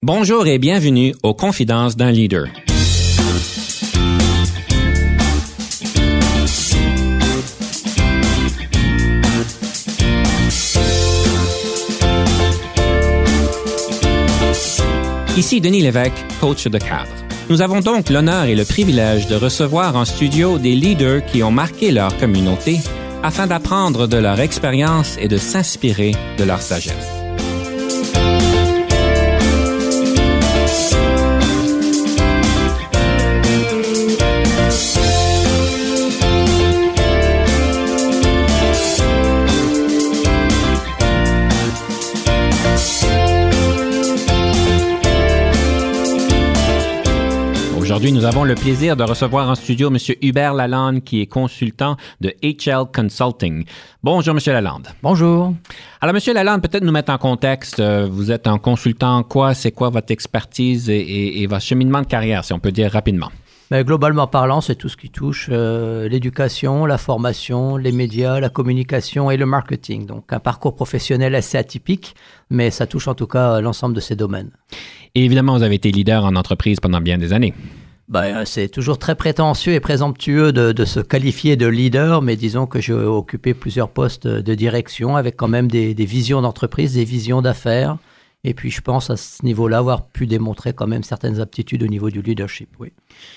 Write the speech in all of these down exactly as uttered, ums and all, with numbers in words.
Bonjour et bienvenue aux Confidences d'un leader. Ici Denis Lévesque, coach de cadre. Nous avons donc l'honneur et le privilège de recevoir en studio des leaders qui ont marqué leur communauté afin d'apprendre de leur expérience et de s'inspirer de leur sagesse. Aujourd'hui, nous avons le plaisir de recevoir en studio M. Hubert Lalande, qui est consultant de H L Consulting. Bonjour, M. Lalande. Bonjour. Alors, M. Lalande, peut-être nous mettre en contexte. Vous êtes un consultant en quoi? C'est quoi votre expertise et, et, et votre cheminement de carrière, si on peut dire rapidement? Mais globalement parlant, c'est tout ce qui touche euh, l'éducation, la formation, les médias, la communication et le marketing. Donc, un parcours professionnel assez atypique, mais ça touche en tout cas l'ensemble de ces domaines. Et évidemment, vous avez été leader en entreprise pendant bien des années. Ben, c'est toujours très prétentieux et présomptueux de, de se qualifier de leader, mais disons que j'ai occupé plusieurs postes de direction avec quand même des, des visions d'entreprise, des visions d'affaires. Et puis, je pense à ce niveau-là avoir pu démontrer quand même certaines aptitudes au niveau du leadership, oui.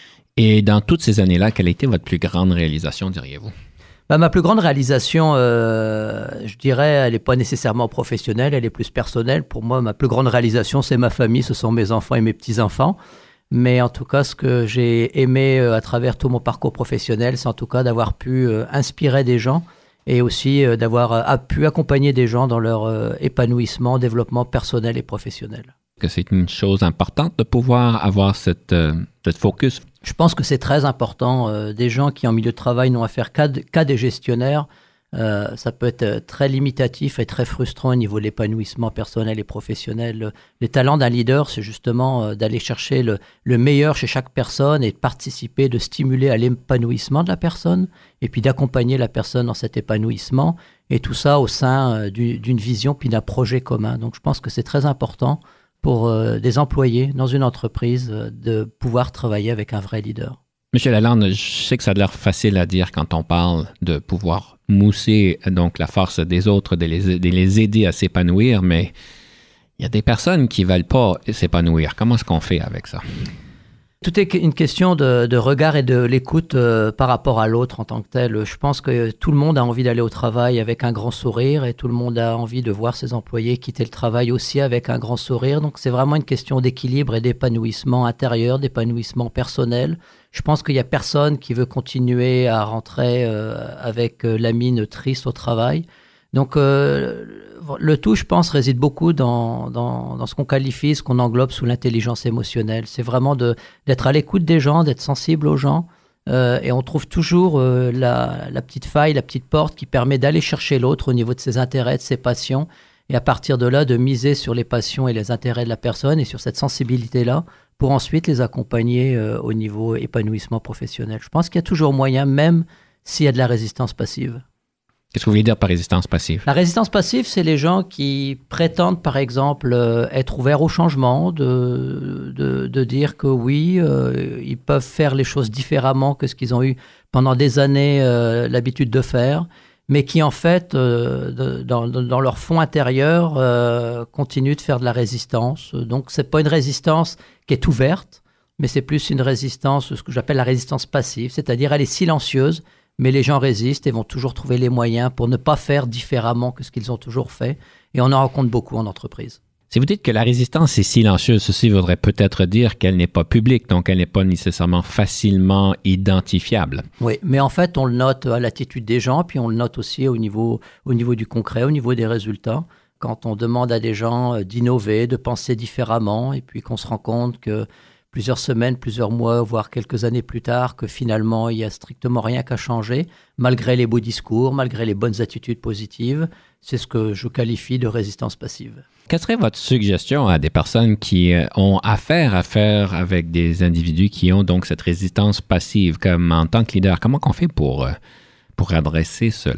Et dans toutes ces années-là, quelle a été votre plus grande réalisation, diriez-vous? Ben, ma plus grande réalisation, euh, je dirais, elle n'est pas nécessairement professionnelle, elle est plus personnelle. Pour moi, ma plus grande réalisation, c'est ma famille, ce sont mes enfants et mes petits-enfants. Mais en tout cas, ce que j'ai aimé euh, à travers tout mon parcours professionnel, c'est en tout cas d'avoir pu euh, inspirer des gens et aussi euh, d'avoir euh, pu accompagner des gens dans leur euh, épanouissement, développement personnel et professionnel. Que c'est une chose importante de pouvoir avoir cette, euh, cette focus? Je pense que c'est très important. Euh, des gens qui, en milieu de travail, n'ont affaire qu'à, qu'à des gestionnaires, euh, ça peut être très limitatif et très frustrant au niveau de l'épanouissement personnel et professionnel. Les talents d'un leader, c'est justement euh, d'aller chercher le, le meilleur chez chaque personne et de participer, de stimuler à l'épanouissement de la personne et puis d'accompagner la personne dans cet épanouissement. Et tout ça au sein euh, du, d'une vision puis d'un projet commun. Donc, je pense que c'est très important pour euh, des employés dans une entreprise euh, de pouvoir travailler avec un vrai leader. Monsieur Lalande, je sais que ça a l'air facile à dire quand on parle de pouvoir mousser donc la force des autres, de les, de les aider à s'épanouir, mais il y a des personnes qui ne veulent pas s'épanouir. Comment est-ce qu'on fait avec ça? Tout est une question de, de regard et de l'écoute euh, par rapport à l'autre en tant que tel. Je pense que tout le monde a envie d'aller au travail avec un grand sourire et tout le monde a envie de voir ses employés quitter le travail aussi avec un grand sourire. Donc, c'est vraiment une question d'équilibre et d'épanouissement intérieur, d'épanouissement personnel. Je pense qu'il n'y a personne qui veut continuer à rentrer euh, avec euh, la mine triste au travail. Donc, euh, le tout, je pense, réside beaucoup dans, dans, dans ce qu'on qualifie, ce qu'on englobe sous l'intelligence émotionnelle. C'est vraiment de, d'être à l'écoute des gens, d'être sensible aux gens. Euh, et on trouve toujours euh, la, la petite faille, la petite porte qui permet d'aller chercher l'autre au niveau de ses intérêts, de ses passions. Et à partir de là, de miser sur les passions et les intérêts de la personne et sur cette sensibilité-là pour ensuite les accompagner euh, au niveau épanouissement professionnel. Je pense qu'il y a toujours moyen, même s'il y a de la résistance passive. Qu'est-ce que vous voulez dire par résistance passive? La résistance passive, c'est les gens qui prétendent, par exemple, euh, être ouverts au changement, de, de, de dire que oui, euh, ils peuvent faire les choses différemment que ce qu'ils ont eu pendant des années euh, l'habitude de faire, mais qui, en fait, euh, de, dans, dans leur fond intérieur, euh, continuent de faire de la résistance. Donc, ce n'est pas une résistance qui est ouverte, mais c'est plus une résistance, ce que j'appelle la résistance passive, c'est-à-dire elle est silencieuse, mais les gens résistent et vont toujours trouver les moyens pour ne pas faire différemment que ce qu'ils ont toujours fait. Et on en rencontre beaucoup en entreprise. Si vous dites que la résistance est silencieuse, ceci voudrait peut-être dire qu'elle n'est pas publique, donc elle n'est pas nécessairement facilement identifiable. Oui, mais en fait, on le note à l'attitude des gens, puis on le note aussi au niveau, au niveau du concret, au niveau des résultats. Quand on demande à des gens d'innover, de penser différemment, et puis qu'on se rend compte que plusieurs semaines, plusieurs mois, voire quelques années plus tard, que finalement, il n'y a strictement rien qu'à changer, malgré les beaux discours, malgré les bonnes attitudes positives. C'est ce que je qualifie de résistance passive. Quelle serait votre suggestion à des personnes qui ont affaire à faire avec des individus qui ont donc cette résistance passive, comme en tant que leader? Comment on fait pour, pour adresser cela?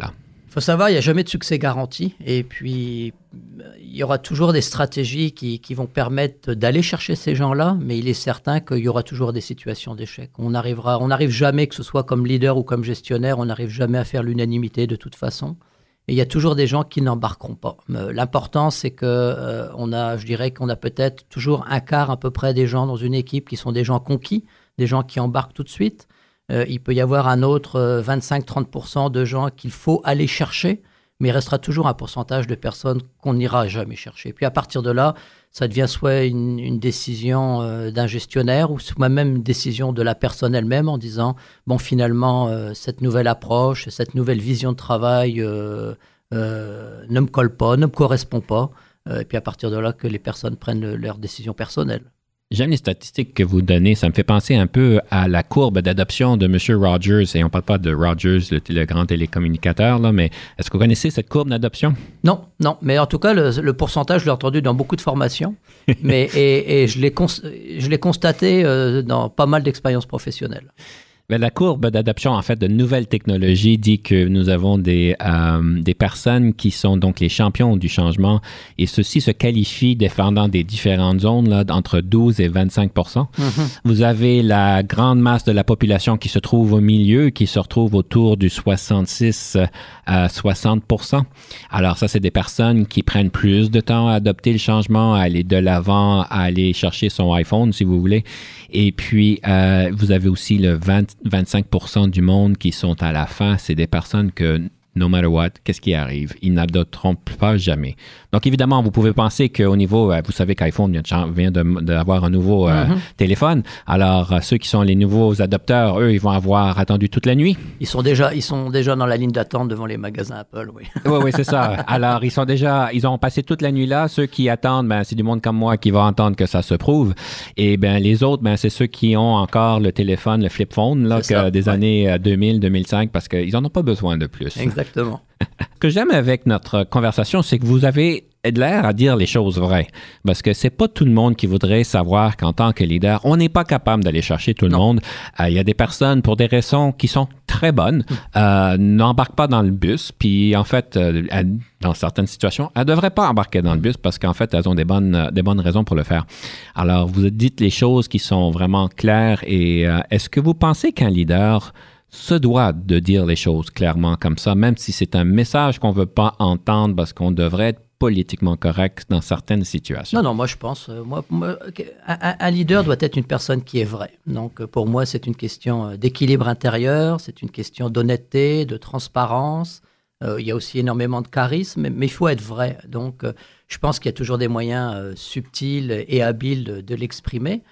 Il faut savoir, il n'y a jamais de succès garanti. Et puis, il y aura toujours des stratégies qui, qui vont permettre d'aller chercher ces gens-là, mais il est certain qu'il y aura toujours des situations d'échec. On n'arrivera, on n'arrive jamais, que ce soit comme leader ou comme gestionnaire, on n'arrive jamais à faire l'unanimité de toute façon. Et il y a toujours des gens qui n'embarqueront pas. L'important, c'est que euh, on a, je dirais qu'on a peut-être toujours un quart à peu près des gens dans une équipe qui sont des gens conquis, des gens qui embarquent tout de suite. Euh, il peut y avoir un autre euh, vingt-cinq à trente pour cent de gens qu'il faut aller chercher, mais il restera toujours un pourcentage de personnes qu'on n'ira jamais chercher. Puis à partir de là, ça devient soit une, une décision euh, d'un gestionnaire ou soit même une décision de la personne elle-même en disant « bon, finalement, euh, cette nouvelle approche, cette nouvelle vision de travail euh, euh, ne me colle pas, ne me correspond pas euh, ». Et puis à partir de là, que les personnes prennent leurs décisions personnelles. J'aime les statistiques que vous donnez. Ça me fait penser un peu à la courbe d'adoption de M. Rogers. Et on ne parle pas de Rogers, le, le grand télécommunicateur, là, mais est-ce que vous connaissez cette courbe d'adoption? Non, non. Mais en tout cas, le, le pourcentage, je l'ai entendu dans beaucoup de formations. mais, et, et je l'ai, cons- je l'ai constaté euh, dans pas mal d'expériences professionnelles. Bien, la courbe d'adoption, en fait, de nouvelles technologies dit que nous avons des, euh, des personnes qui sont donc les champions du changement et ceux-ci se qualifient défendant des différentes zones là, entre douze et vingt-cinq pour cent. Mm-hmm. Vous avez la grande masse de la population qui se trouve au milieu, qui se retrouve autour du soixante-six à soixante pour cent. Alors ça, c'est des personnes qui prennent plus de temps à adopter le changement, à aller de l'avant, à aller chercher son iPhone, si vous voulez. Et puis, euh, vous avez aussi le vingt à vingt-cinq pour cent du monde qui sont à la fin. C'est des personnes que, no matter what, qu'est-ce qui arrive? Ils n'adopteront pas jamais. Donc, évidemment, vous pouvez penser qu'au niveau, vous savez qu'iPhone vient de, d'avoir un nouveau euh, mm-hmm. téléphone. Alors, ceux qui sont les nouveaux adopteurs, eux, ils vont avoir attendu toute la nuit. Ils sont déjà, ils sont déjà dans la ligne d'attente devant les magasins Apple, oui. Oui, oui, c'est ça. Alors, ils sont déjà, ils ont passé toute la nuit là. Ceux qui attendent, ben, c'est du monde comme moi qui va entendre que ça se prouve. Et ben, les autres, ben, c'est ceux qui ont encore le téléphone, le flip phone, là, que ça, des ouais. années deux mille, deux mille cinq, parce qu'ils n'en ont pas besoin de plus. Exactement. Ce que j'aime avec notre conversation, c'est que vous avez de l'air à dire les choses vraies. Parce que c'est pas tout le monde qui voudrait savoir qu'en tant que leader, on n'est pas capable d'aller chercher tout le non. monde. Il euh, y a des personnes, pour des raisons qui sont très bonnes, euh, n'embarquent pas dans le bus. Puis, en fait, euh, elles, dans certaines situations, elles ne devraient pas embarquer dans le bus parce qu'en fait, elles ont des bonnes, des bonnes raisons pour le faire. Alors, vous dites les choses qui sont vraiment claires. Et euh, est-ce que vous pensez qu'un leader se doit de dire les choses clairement comme ça, même si c'est un message qu'on ne veut pas entendre parce qu'on devrait être politiquement correct dans certaines situations? Non, non, moi je pense, euh, moi, moi un, un leader doit être une personne qui est vraie. Donc pour moi, c'est une question d'équilibre intérieur, c'est une question d'honnêteté, de transparence. Euh, il y a aussi énormément de charisme, mais, mais il faut être vrai. Donc euh, je pense qu'il y a toujours des moyens euh, subtils et habiles de, de l'exprimer.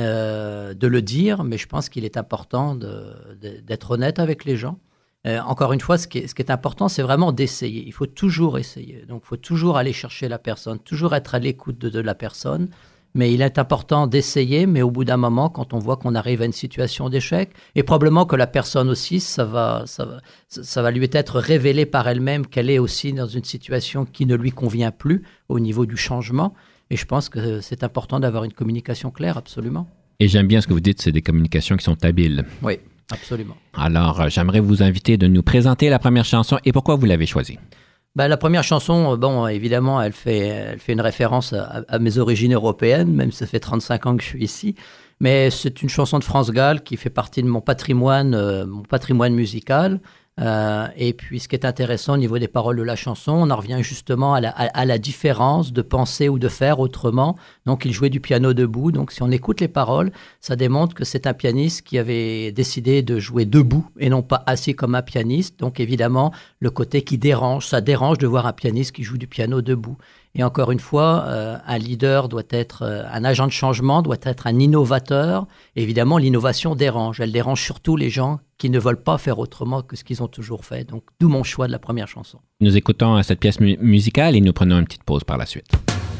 Euh, de le dire, mais je pense qu'il est important de, de, d'être honnête avec les gens. Euh, encore une fois, ce qui est, ce qui est important, c'est vraiment d'essayer. Il faut toujours essayer. Donc, il faut toujours aller chercher la personne, toujours être à l'écoute de, de la personne. Mais il est important d'essayer, mais au bout d'un moment, quand on voit qu'on arrive à une situation d'échec, et probablement que la personne aussi, ça va, ça va, ça va lui être révélé par elle-même qu'elle est aussi dans une situation qui ne lui convient plus au niveau du changement. Et je pense que c'est important d'avoir une communication claire, absolument. Et j'aime bien ce que vous dites, c'est des communications qui sont habiles. Oui, absolument. Alors, j'aimerais vous inviter de nous présenter la première chanson et pourquoi vous l'avez choisie. Ben, la première chanson, bon, évidemment, elle fait, elle fait une référence à, à mes origines européennes, même si ça fait trente-cinq ans que je suis ici. Mais c'est une chanson de France Gall qui fait partie de mon patrimoine, euh, mon patrimoine musical. Euh, et puis, ce qui est intéressant au niveau des paroles de la chanson, on en revient justement à la, à, à la différence de penser ou de faire autrement. Donc, il jouait du piano debout. Donc, si on écoute les paroles, ça démontre que c'est un pianiste qui avait décidé de jouer debout et non pas assis comme un pianiste. Donc, évidemment, le côté qui dérange, ça dérange de voir un pianiste qui joue du piano debout. Et encore une fois, euh, un leader doit être euh, un agent de changement, doit être un innovateur. Et évidemment, l'innovation dérange. Elle dérange surtout les gens qui ne veulent pas faire autrement que ce qu'ils ont toujours fait. Donc, d'où mon choix de la première chanson. Nous écoutons cette pièce mu- musicale et nous prenons une petite pause par la suite.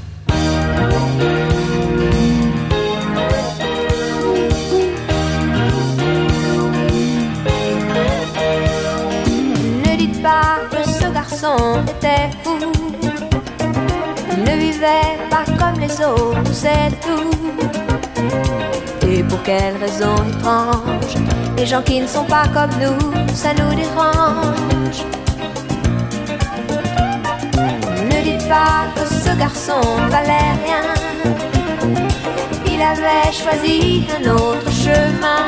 Ne dites pas que ce garçon était fou. Il ne vivait pas comme les autres, c'est tout. Et pour quelle raison étrange, les gens qui ne sont pas comme nous, ça nous dérange. pas que ce garçon valait rien. Il avait choisi un autre chemin.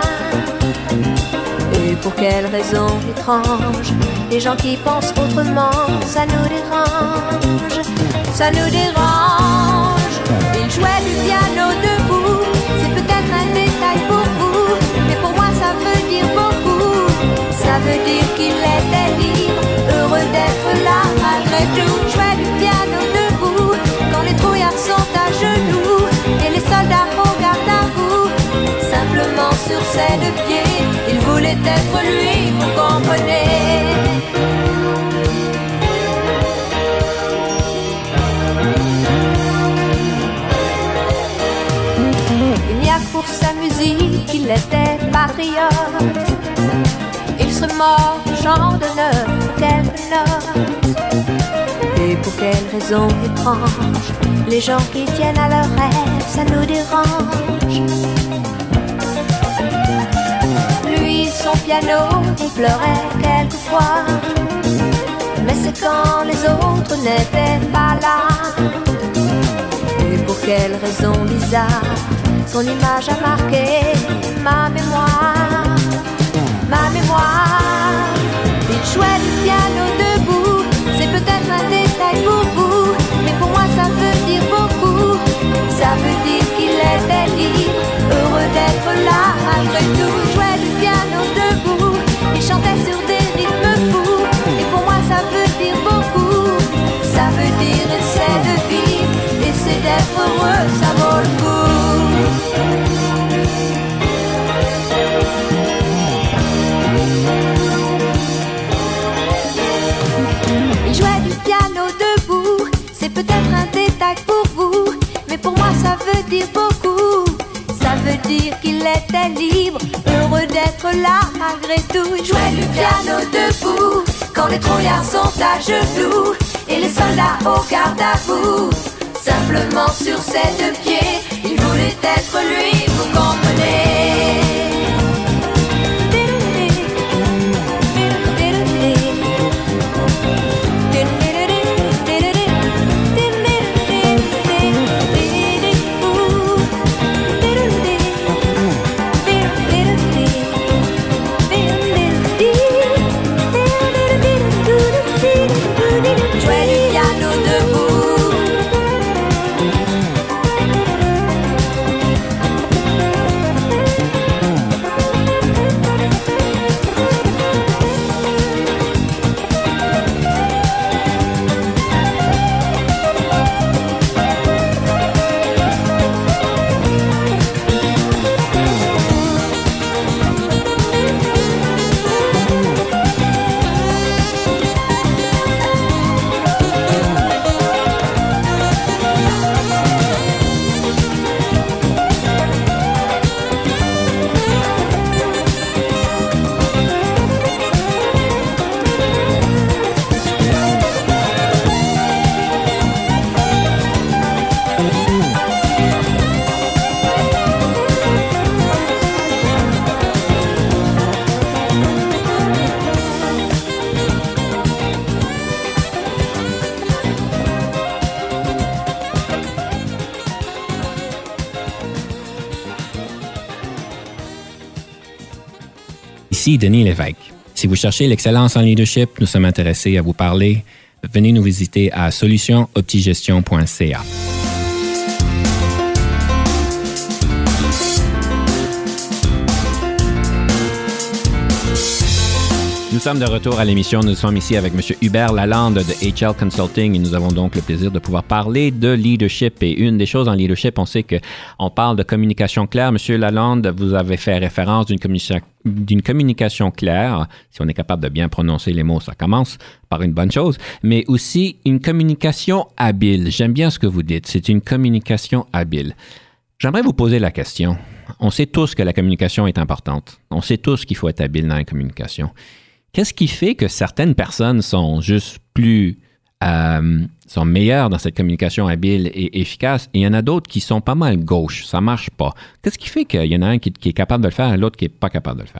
Et pour quelle raison étrange, les gens qui pensent autrement, ça nous dérange, ça nous dérange. Il jouait du piano debout, c'est peut-être un détail pour vous, mais pour moi ça veut dire beaucoup. Ça veut dire qu'il était libre, heureux d'être là malgré tout. Jouait du piano debout, quand les trouillards sont à genoux, et les soldats au garde à vous. Simplement sur ses deux pieds, il voulait être lui, vous comprenez. Il n'y a que pour sa musique qu'il était patriote. Il serait mort au champ d'honneur pour quelques notes. Et pour quelle raison étrange, les gens qui tiennent à leurs rêves, ça nous dérange. Lui, son piano, il pleurait quelquefois, mais c'est quand les autres n'étaient pas là. Et pour quelle raison bizarre, son image a marqué ma mémoire, ma mémoire. Il jouait du piano debout, c'est peut-être un détail pour vous, mais pour moi ça veut dire beaucoup. Ça veut dire qu'il était libre, heureux d'être là malgré tout. Il jouait du piano debout, il chantait sur des rythmes fous, et pour moi ça veut dire beaucoup. Ça veut dire essaie de vivre, essaie d'être heureux, ça vaut le coup. Il jouait du piano debout, c'est peut-être un détail pour vous, mais pour moi ça veut dire beaucoup. Ça veut dire qu'il était libre, heureux d'être là malgré tout. Il jouait du piano debout, quand les trouillards sont à genoux, et les soldats au garde à vous. Simplement sur ses deux pieds, il voulait être lui, vous comprenez. Ici Denis Lévesque. Si vous cherchez l'excellence en leadership, nous sommes intéressés à vous parler. Venez nous visiter à solution optigestion point c a. Nous sommes de retour à l'émission. Nous sommes ici avec M. Hubert Lalande de H L Consulting et nous avons donc le plaisir de pouvoir parler de leadership. Et une des choses en leadership, on sait qu'on parle de communication claire. M. Lalande, vous avez fait référence d'une communication, d'une communication claire. Si on est capable de bien prononcer les mots, ça commence par une bonne chose. Mais aussi une communication habile. J'aime bien ce que vous dites. C'est une communication habile. J'aimerais vous poser la question. On sait tous que la communication est importante. On sait tous qu'il faut être habile dans la communication. Qu'est-ce qui fait que certaines personnes sont juste plus, euh, sont meilleures dans cette communication habile et efficace et il y en a d'autres qui sont pas mal gauches, ça marche pas. Qu'est-ce qui fait qu'il y en a un qui, qui est capable de le faire et l'autre qui est pas capable de le faire?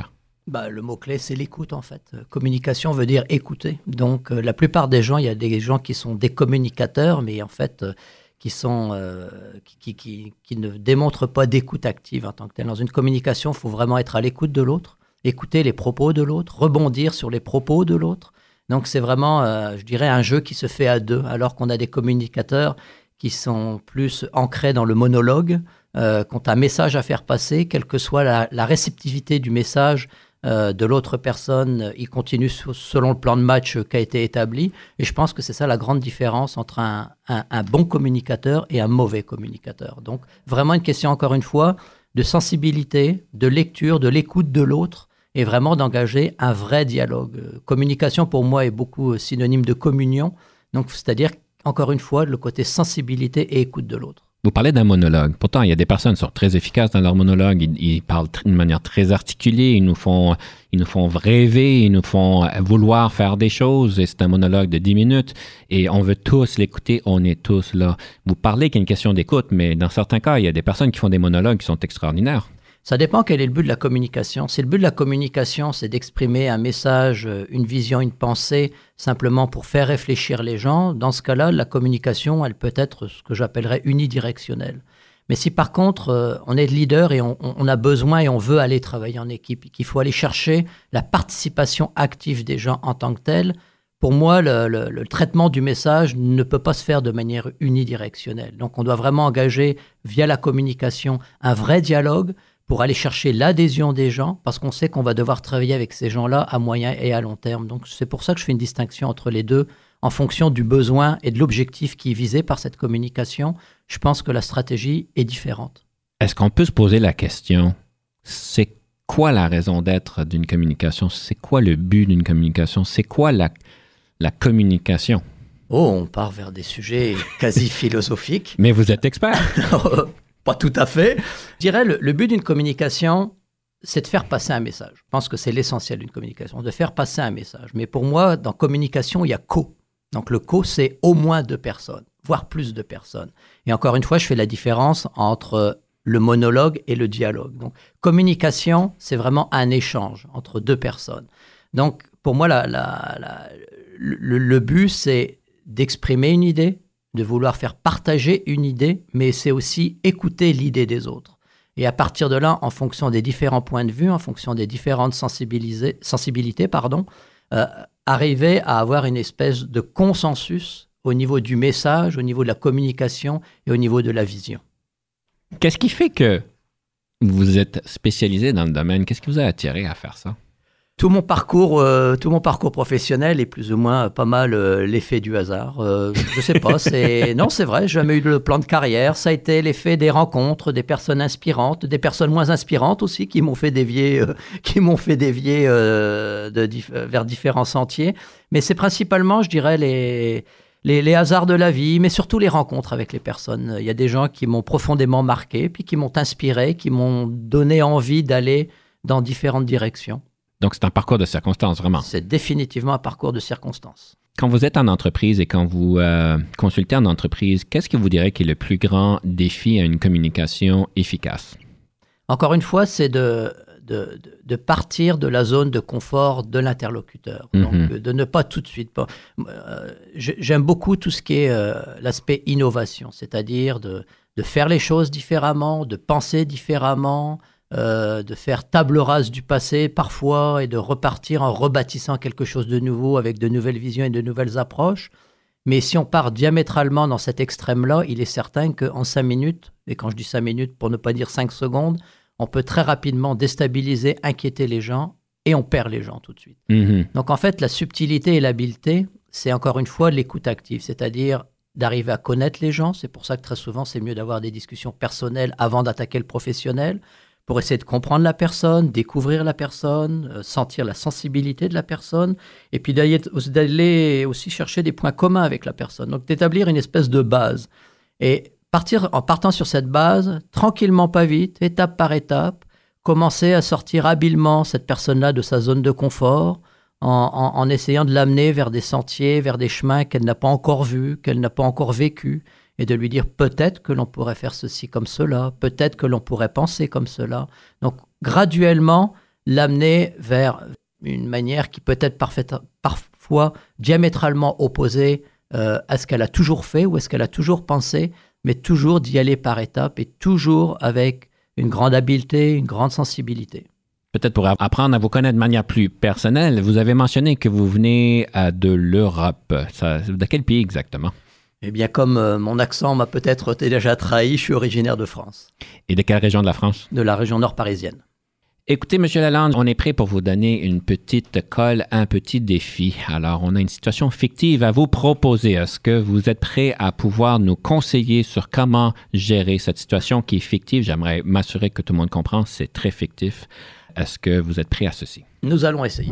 Bah, le mot-clé, c'est l'écoute, en fait. Communication veut dire écouter. Donc, euh, la plupart des gens, il y a des gens qui sont des communicateurs, mais en fait, euh, qui, sont, euh, qui, qui, qui, qui ne démontrent pas d'écoute active en tant que tel. Dans une communication, il faut vraiment être à l'écoute de l'autre, écouter les propos de l'autre, rebondir sur les propos de l'autre. Donc, c'est vraiment, euh, je dirais, un jeu qui se fait à deux, alors qu'on a des communicateurs qui sont plus ancrés dans le monologue, euh, qui ont un message à faire passer, quelle que soit la, la réceptivité du message euh, de l'autre personne, il continue so- selon le plan de match qui a été établi. Et je pense que c'est ça la grande différence entre un, un, un bon communicateur et un mauvais communicateur. Donc, vraiment une question, encore une fois, de sensibilité, de lecture, de l'écoute de l'autre, et vraiment d'engager un vrai dialogue. Communication, pour moi, est beaucoup synonyme de communion. Donc, c'est-à-dire, encore une fois, le côté sensibilité et écoute de l'autre. Vous parlez d'un monologue. Pourtant, il y a des personnes qui sont très efficaces dans leur monologue. Ils, ils parlent d'une manière très articulée. Ils nous font, ils nous font rêver. Ils nous font vouloir faire des choses. Et c'est un monologue de dix minutes. Et on veut tous l'écouter. On est tous là. Vous parlez qu'il y a une question d'écoute, mais dans certains cas, il y a des personnes qui font des monologues qui sont extraordinaires. Ça dépend quel est le but de la communication. Si le but de la communication, c'est d'exprimer un message, une vision, une pensée, simplement pour faire réfléchir les gens, dans ce cas-là, la communication, elle peut être ce que j'appellerais unidirectionnelle. Mais si par contre, euh, on est leader et on, on a besoin et on veut aller travailler en équipe, qu'il faut aller chercher la participation active des gens en tant que telle, pour moi, le, le, le traitement du message ne peut pas se faire de manière unidirectionnelle. Donc, on doit vraiment engager, via la communication, un vrai dialogue pour aller chercher l'adhésion des gens, parce qu'on sait qu'on va devoir travailler avec ces gens-là à moyen et à long terme. Donc, c'est pour ça que je fais une distinction entre les deux, en fonction du besoin et de l'objectif qui est visé par cette communication. Je pense que la stratégie est différente. Est-ce qu'on peut se poser la question, c'est quoi la raison d'être d'une communication? C'est quoi le but d'une communication? C'est quoi la, la communication? Oh, on part vers des sujets quasi philosophiques. Mais vous êtes expert. Pas tout à fait. Je dirais, le, le but d'une communication, c'est de faire passer un message. Je pense que c'est l'essentiel d'une communication, de faire passer un message. Mais pour moi, dans communication, il y a co. Donc le co, c'est au moins deux personnes, voire plus de personnes. Et encore une fois, je fais la différence entre le monologue et le dialogue. Donc communication, c'est vraiment un échange entre deux personnes. Donc pour moi, la, la, la, le, le but, c'est d'exprimer une idée, de vouloir faire partager une idée, mais c'est aussi écouter l'idée des autres. Et à partir de là, en fonction des différents points de vue, en fonction des différentes sensibilités, pardon, euh, arriver à avoir une espèce de consensus au niveau du message, au niveau de la communication et au niveau de la vision. Qu'est-ce qui fait que vous êtes spécialisé dans le domaine? Qu'est-ce qui vous a attiré à faire ça? Tout mon parcours, euh, tout mon parcours professionnel est plus ou moins pas mal euh, l'effet du hasard. Euh, je sais pas, c'est non, c'est vrai. J'ai jamais eu le plan de carrière. Ça a été l'effet des rencontres, des personnes inspirantes, des personnes moins inspirantes aussi qui m'ont fait dévier, euh, qui m'ont fait dévier euh, de, dif- vers différents sentiers. Mais c'est principalement, je dirais, les Les, les hasards de la vie, mais surtout les rencontres avec les personnes. Il y a des gens qui m'ont profondément marqué, puis qui m'ont inspiré, qui m'ont donné envie d'aller dans différentes directions. Donc, c'est un parcours de circonstances, vraiment. C'est définitivement un parcours de circonstances. Quand vous êtes en entreprise et quand vous euh, consultez en entreprise, qu'est-ce que vous direz qui est le plus grand défi à une communication efficace? Encore une fois, c'est de, de, de partir de la zone de confort de l'interlocuteur. Mm-hmm. Donc, de ne pas tout de suite... Pas, euh, j'aime beaucoup tout ce qui est euh, l'aspect innovation, c'est-à-dire de, de faire les choses différemment, de penser différemment, Euh, de faire table rase du passé parfois et de repartir en rebâtissant quelque chose de nouveau avec de nouvelles visions et de nouvelles approches. Mais si on part diamétralement dans cet extrême-là, il est certain qu'en cinq minutes, et quand je dis cinq minutes pour ne pas dire cinq secondes, on peut très rapidement déstabiliser, inquiéter les gens et on perd les gens tout de suite. Mm-hmm. Donc en fait, la subtilité et l'habileté, c'est encore une fois l'écoute active, c'est-à-dire d'arriver à connaître les gens. C'est pour ça que très souvent, c'est mieux d'avoir des discussions personnelles avant d'attaquer le professionnel, pour essayer de comprendre la personne, découvrir la personne, euh, sentir la sensibilité de la personne, et puis d'aller, d'aller aussi chercher des points communs avec la personne. Donc d'établir une espèce de base. Et partir, en partant sur cette base, tranquillement, pas vite, étape par étape, commencer à sortir habilement cette personne-là de sa zone de confort, en, en, en essayant de l'amener vers des sentiers, vers des chemins qu'elle n'a pas encore vus, qu'elle n'a pas encore vécus, et de lui dire peut-être que l'on pourrait faire ceci comme cela, peut-être que l'on pourrait penser comme cela. Donc, graduellement, l'amener vers une manière qui peut être parfaite, parfois diamétralement opposée euh, à ce qu'elle a toujours fait ou à ce qu'elle a toujours pensé, mais toujours d'y aller par étapes et toujours avec une grande habileté, une grande sensibilité. Peut-être pour apprendre à vous connaître de manière plus personnelle, vous avez mentionné que vous venez euh, de l'Europe. Ça, de quel pays exactement? Eh bien, comme euh, mon accent m'a peut-être déjà trahi, je suis originaire de France. Et de quelle région de la France? De la région nord parisienne. Écoutez, M. Lalande, on est prêt pour vous donner une petite colle, un petit défi. Alors, on a une situation fictive à vous proposer. Est-ce que vous êtes prêt à pouvoir nous conseiller sur comment gérer cette situation qui est fictive? J'aimerais m'assurer que tout le monde comprend, c'est très fictif. Est-ce que vous êtes prêt à ceci? Nous allons essayer.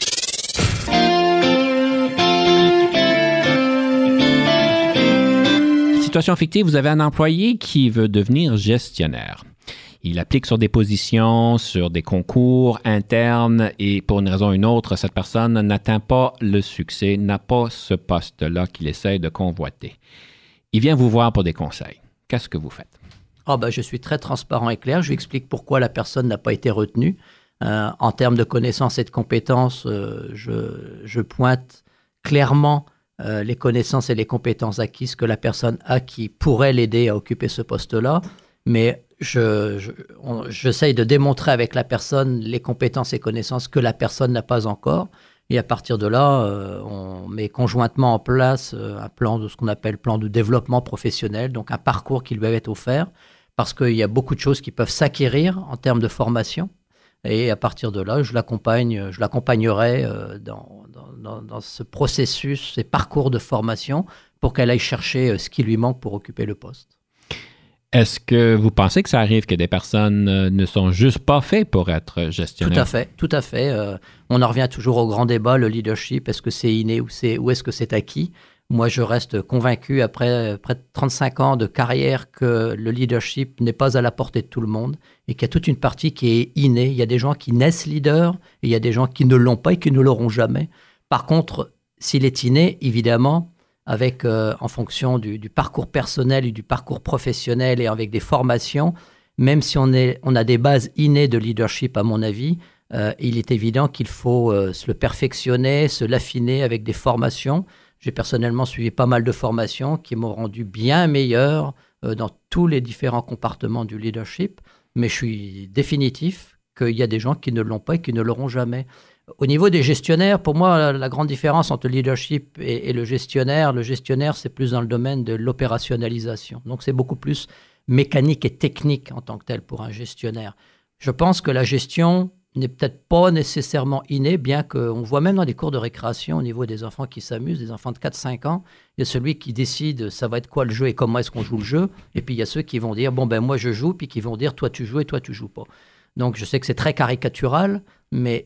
Situation fictive, vous avez un employé qui veut devenir gestionnaire. Il applique sur des positions, sur des concours internes et pour une raison ou une autre, cette personne n'atteint pas le succès, n'a pas ce poste-là qu'il essaie de convoiter. Il vient vous voir pour des conseils. Qu'est-ce que vous faites? Oh ben, je suis très transparent et clair. Je lui explique pourquoi la personne n'a pas été retenue. Euh, en termes de connaissances et de compétences, euh, je, je pointe clairement euh, les connaissances et les compétences acquises que la personne a qui pourraient l'aider à occuper ce poste-là. Mais je, je, on, j'essaye de démontrer avec la personne les compétences et connaissances que la personne n'a pas encore. Et à partir de là, euh, on met conjointement en place euh, un plan de ce qu'on appelle plan de développement professionnel, donc un parcours qui lui va être offert, parce qu'il y a beaucoup de choses qui peuvent s'acquérir en termes de formation. Et à partir de là, je l'accompagne, je l'accompagnerai euh, dans, dans, dans ce processus, ces parcours de formation, pour qu'elle aille chercher ce qui lui manque pour occuper le poste. Est-ce que vous pensez que ça arrive que des personnes euh, ne sont juste pas faites pour être gestionnaires? Tout à fait, tout à fait. Euh, on en revient toujours au grand débat, le leadership, est-ce que c'est inné ou, c'est, ou est-ce que c'est acquis? Moi, je reste convaincu, après près de trente-cinq ans de carrière, que le leadership n'est pas à la portée de tout le monde et qu'il y a toute une partie qui est innée. Il y a des gens qui naissent leaders et il y a des gens qui ne l'ont pas et qui ne l'auront jamais. Par contre, s'il est inné, évidemment, avec, euh, en fonction du, du parcours personnel et du parcours professionnel et avec des formations, même si on, est, on a des bases innées de leadership, à mon avis, euh, il est évident qu'il faut euh, se le perfectionner, se l'affiner avec des formations. J'ai personnellement suivi pas mal de formations qui m'ont rendu bien meilleur euh, dans tous les différents compartiments du leadership, mais je suis définitif qu'il y a des gens qui ne l'ont pas et qui ne l'auront jamais. Au niveau des gestionnaires, pour moi, la, la grande différence entre le leadership et, et le gestionnaire, le gestionnaire, c'est plus dans le domaine de l'opérationnalisation. Donc, c'est beaucoup plus mécanique et technique en tant que tel pour un gestionnaire. Je pense que la gestion n'est peut-être pas nécessairement innée, bien qu'on voit même dans les cours de récréation au niveau des enfants qui s'amusent, des enfants de quatre cinq ans, il y a celui qui décide ça va être quoi le jeu et comment est-ce qu'on joue le jeu, et puis il y a ceux qui vont dire bon ben moi je joue, puis qui vont dire toi tu joues et toi tu joues pas. Donc je sais que c'est très caricatural, mais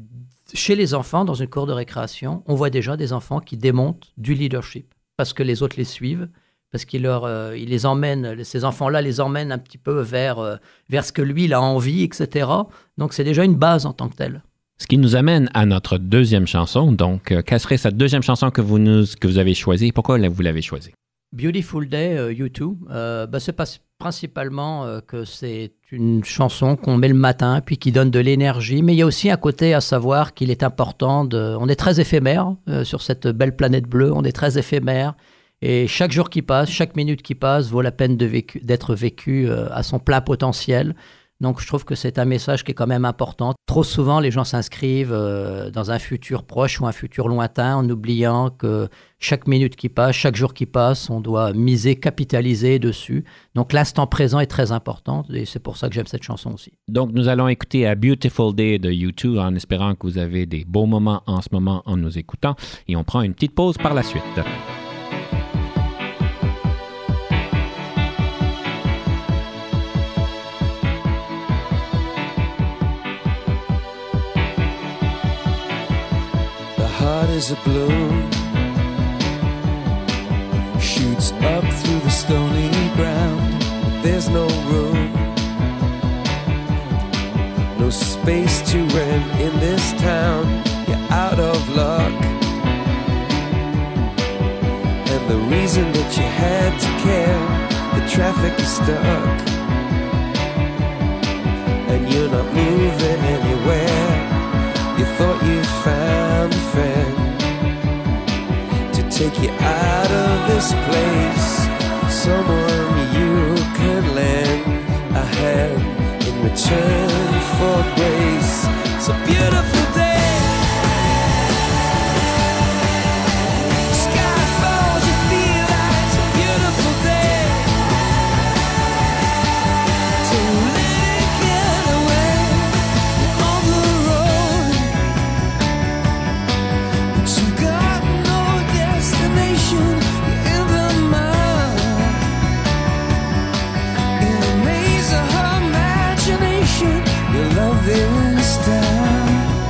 chez les enfants, dans une cour de récréation, on voit déjà des enfants qui démontent du leadership parce que les autres les suivent, parce qu'il leur, euh, il les emmène, ces enfants-là les emmènent un petit peu vers, euh, vers ce que lui, il a envie, et cetera. Donc, c'est déjà une base en tant que telle. Ce qui nous amène à notre deuxième chanson. Donc, euh, quelle serait cette deuxième chanson que vous, nous, que vous avez choisie? Pourquoi vous l'avez choisie? Beautiful Day, euh, U deux. Euh, bah, c'est pas, principalement euh, que c'est une chanson qu'on met le matin, puis qui donne de l'énergie. Mais il y a aussi un côté à savoir qu'il est important de... On est très éphémère euh, sur cette belle planète bleue. On est très éphémère. Et chaque jour qui passe, chaque minute qui passe vaut la peine de vécu, d'être vécu euh, à son plein potentiel. Donc je trouve que c'est un message qui est quand même important. Trop souvent, les gens s'inscrivent euh, dans un futur proche ou un futur lointain en oubliant que chaque minute qui passe, chaque jour qui passe, on doit miser, capitaliser dessus. Donc l'instant présent est très important et c'est pour ça que j'aime cette chanson aussi. Donc nous allons écouter A Beautiful Day de U deux en espérant que vous avez des beaux moments en ce moment en nous écoutant. Et on prend une petite pause par la suite. Heart is a balloon, shoots up through the stony ground. There's no room, no space to rent in this town. You're out of luck, and the reason that you had to care, the traffic is stuck, and you're not moving anywhere. take you out of this place. Someone you could lend a hand in return for grace. It's a beautiful day. Sky falls, you feel like it's a beautiful day. To let it get away on the road. But you've got no destination, you're in the mud. In the maze of her imagination, your love is down.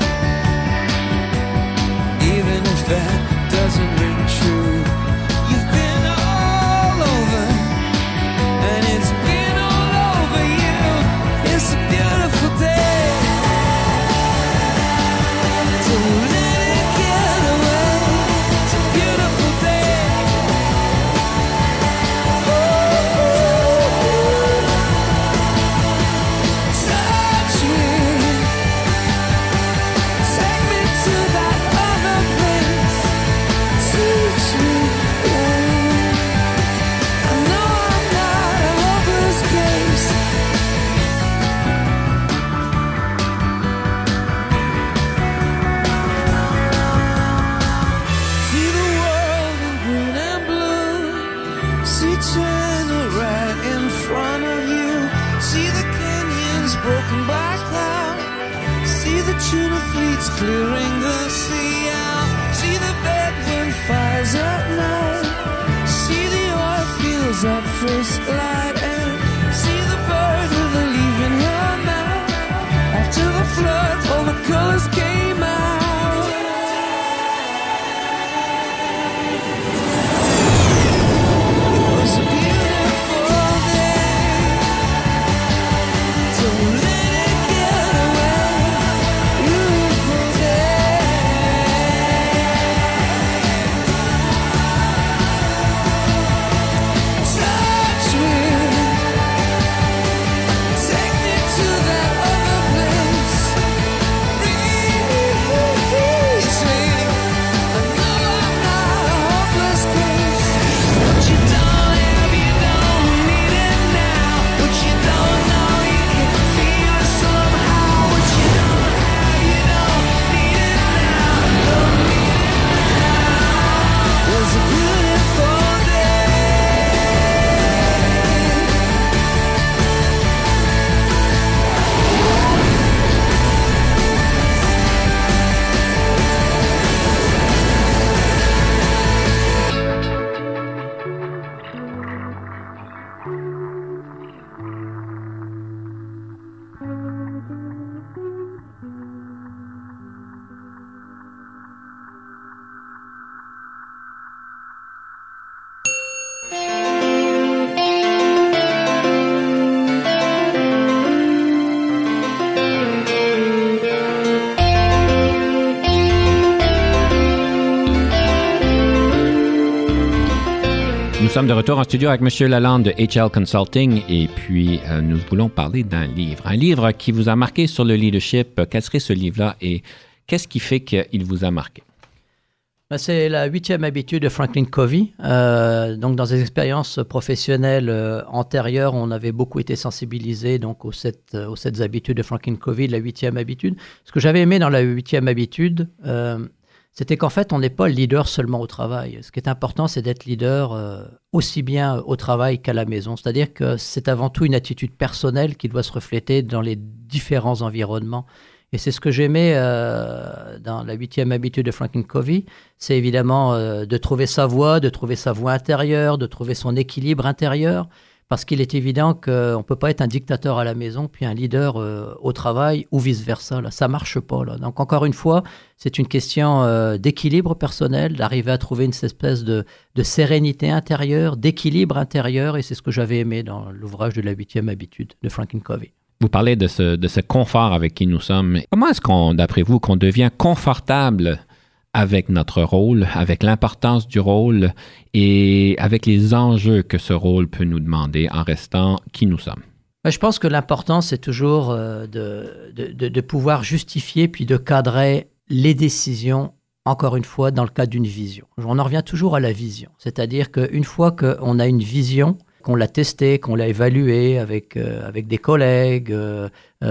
Even if that doesn't ring true, you've been all over, and it's been all over you. It's a beautiful day. So let it get away. It's a beautiful day. Touch me. Take me to that other place. Teach me. I know I'm not a hopeless case. See the world in green and blue. See China right in front of you. See the canyons broken by cloud. See the tuna fleets clearing the sea out. See the bedroom fires at night. See the oil fields at first light. And see the bird with a leaf in her mouth. After the flood, all the colors came out. It was a beautiful day. So let it get away. Beautiful day. Touch me. Take me to that other place. Reach me. I know I'm not a hopeless case. What you don't have, you don't need it now. What you don't know, you can feel it somehow. What you don't have, you don't need it now. Don't need it now. It's a beautiful Nous sommes de retour en studio avec M. Lalande de H L Consulting et puis euh, nous voulons parler d'un livre. Un livre qui vous a marqué sur le leadership. Quel serait ce livre-là et qu'est-ce qui fait qu'il vous a marqué? Ben, c'est la huitième habitude de Franklin Covey. Euh, donc, dans des expériences professionnelles euh, antérieures, on avait beaucoup été sensibilisés donc, aux, sept, euh, aux sept habitudes de Franklin Covey, la huitième habitude. Ce que j'avais aimé dans la huitième habitude, euh, c'était qu'en fait, on n'est pas leader seulement au travail. Ce qui est important, c'est d'être leader euh, aussi bien au travail qu'à la maison. C'est-à-dire que c'est avant tout une attitude personnelle qui doit se refléter dans les différents environnements. Et c'est ce que j'aimais euh, dans la huitième habitude de Franklin Covey, c'est évidemment euh, de trouver sa voie, de trouver sa voie intérieure, de trouver son équilibre intérieur, parce qu'il est évident qu'on ne peut pas être un dictateur à la maison, puis un leader euh, au travail, ou vice-versa. Là. Ça ne marche pas. Là. Donc encore une fois, c'est une question euh, d'équilibre personnel, d'arriver à trouver une espèce de, de sérénité intérieure, d'équilibre intérieur, et c'est ce que j'avais aimé dans l'ouvrage de la huitième habitude de Franklin Covey. Vous parlez de ce, de ce confort avec qui nous sommes. Comment est-ce qu'on, d'après vous, qu'on devient confortable avec notre rôle, avec l'importance du rôle et avec les enjeux que ce rôle peut nous demander en restant qui nous sommes? Je pense que l'important, c'est toujours euh, de, de, de, de pouvoir justifier puis de cadrer les décisions encore une fois, dans le cadre d'une vision. On en revient toujours à la vision. C'est-à-dire qu'une fois qu'on a une vision, qu'on l'a testée, qu'on l'a évaluée avec, euh, avec des collègues, euh,